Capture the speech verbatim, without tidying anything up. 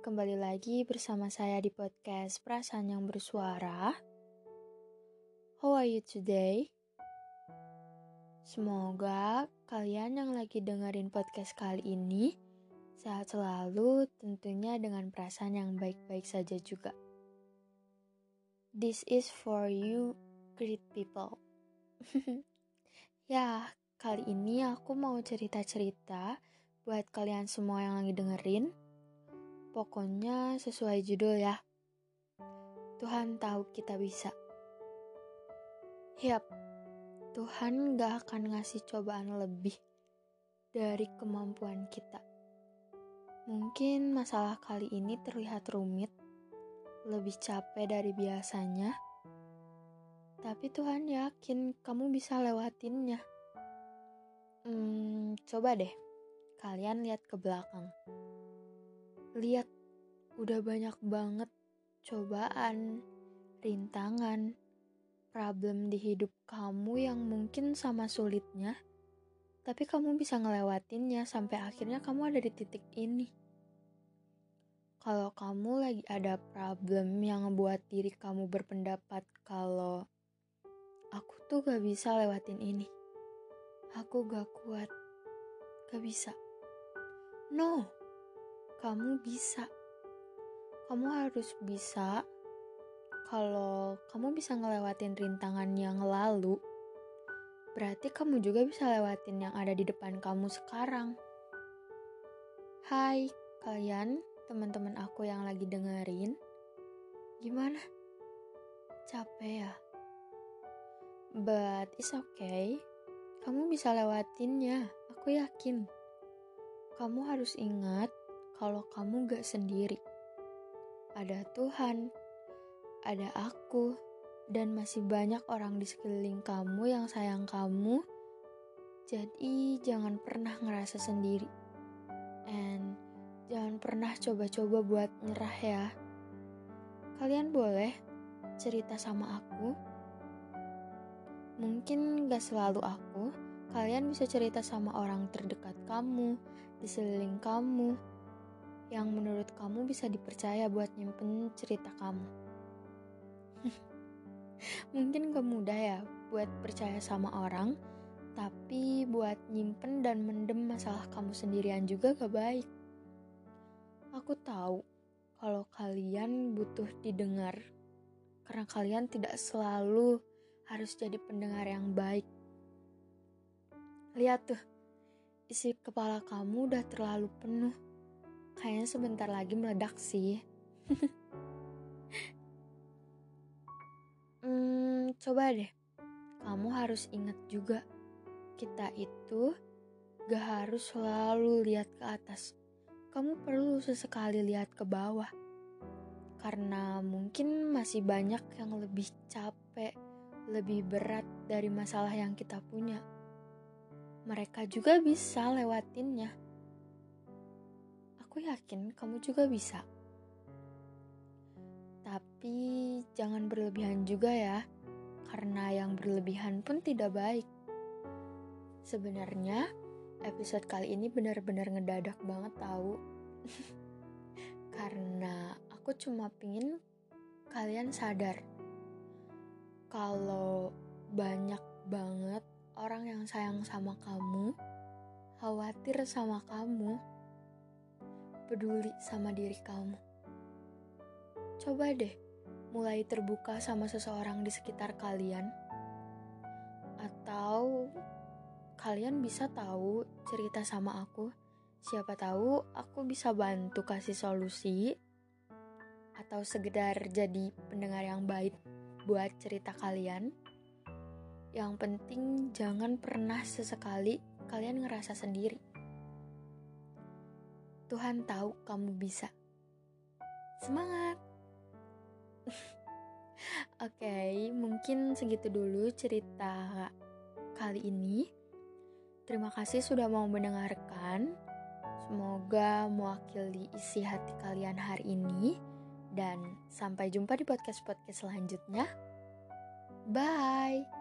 kembali lagi bersama saya di podcast Perasaan yang Bersuara. How are you today? Semoga kalian yang lagi dengerin podcast kali ini sehat selalu, tentunya dengan perasaan yang baik-baik saja juga. This is for you, great people. Ya, kali ini aku mau cerita-cerita buat kalian semua yang lagi dengerin. Pokoknya sesuai judul ya. Tuhan tahu kita bisa. Yap, Tuhan gak akan ngasih cobaan lebih dari kemampuan kita. Mungkin masalah kali ini terlihat rumit, lebih capek dari biasanya. Tapi Tuhan yakin kamu bisa lewatinnya. Hmm, coba deh, kalian lihat ke belakang. Lihat, udah banyak banget cobaan, rintangan, problem di hidup kamu yang mungkin sama sulitnya, tapi kamu bisa ngelewatinnya sampai akhirnya kamu ada di titik ini. Kalau kamu lagi ada problem yang ngebuat diri kamu berpendapat kalau aku tuh gak bisa lewatin ini, aku gak kuat, gak bisa. No, kamu bisa. Kamu harus bisa. Kalau kamu bisa ngelewatin rintangan yang lalu, berarti kamu juga bisa lewatin yang ada di depan kamu sekarang. Hai, kalian, teman-teman aku yang lagi dengerin. Gimana? Capek ya? But it's okay. Kamu bisa lewatinnya, aku yakin. Kamu harus ingat kalau kamu gak sendiri. Ada Tuhan, ada aku, dan masih banyak orang di sekeliling kamu yang sayang kamu. Jadi jangan pernah ngerasa sendiri. And jangan pernah coba-coba buat nyerah ya. Kalian boleh cerita sama aku. Mungkin gak selalu aku. Kalian bisa cerita sama orang terdekat kamu, di sekeliling kamu, yang menurut kamu bisa dipercaya buat nyimpen cerita kamu. Mungkin gak mudah ya buat percaya sama orang, tapi buat nyimpen dan mendem masalah kamu sendirian juga gak baik. Aku tahu kalau kalian butuh didengar, karena kalian tidak selalu harus jadi pendengar yang baik. Lihat tuh, isi kepala kamu udah terlalu penuh. Kayaknya sebentar lagi meledak sih. Hmm, coba deh, kamu harus ingat juga, kita itu gak harus selalu lihat ke atas. Kamu perlu sesekali lihat ke bawah. Karena mungkin masih banyak yang lebih capek, lebih berat dari masalah yang kita punya. Mereka juga bisa lewatinnya. Aku yakin kamu juga bisa. Tapi jangan berlebihan juga ya, karena yang berlebihan pun tidak baik. Sebenarnya episode kali ini benar-benar ngedadak banget tahu. Karena aku cuma pingin kalian sadar kalau banyak banget orang yang sayang sama kamu, khawatir sama kamu, peduli sama diri kamu. Coba deh mulai terbuka sama seseorang di sekitar kalian. Atau kalian bisa tahu cerita sama aku. Siapa tahu aku bisa bantu kasih solusi. Atau sekedar jadi pendengar yang baik buat cerita kalian. Yang penting jangan pernah sesekali kalian ngerasa sendiri. Tuhan tahu kamu bisa. Semangat! Oke, okay, mungkin segitu dulu cerita kali ini. Terima kasih sudah mau mendengarkan. Semoga mewakili isi hati kalian hari ini. Dan sampai jumpa di podcast-podcast selanjutnya. Bye!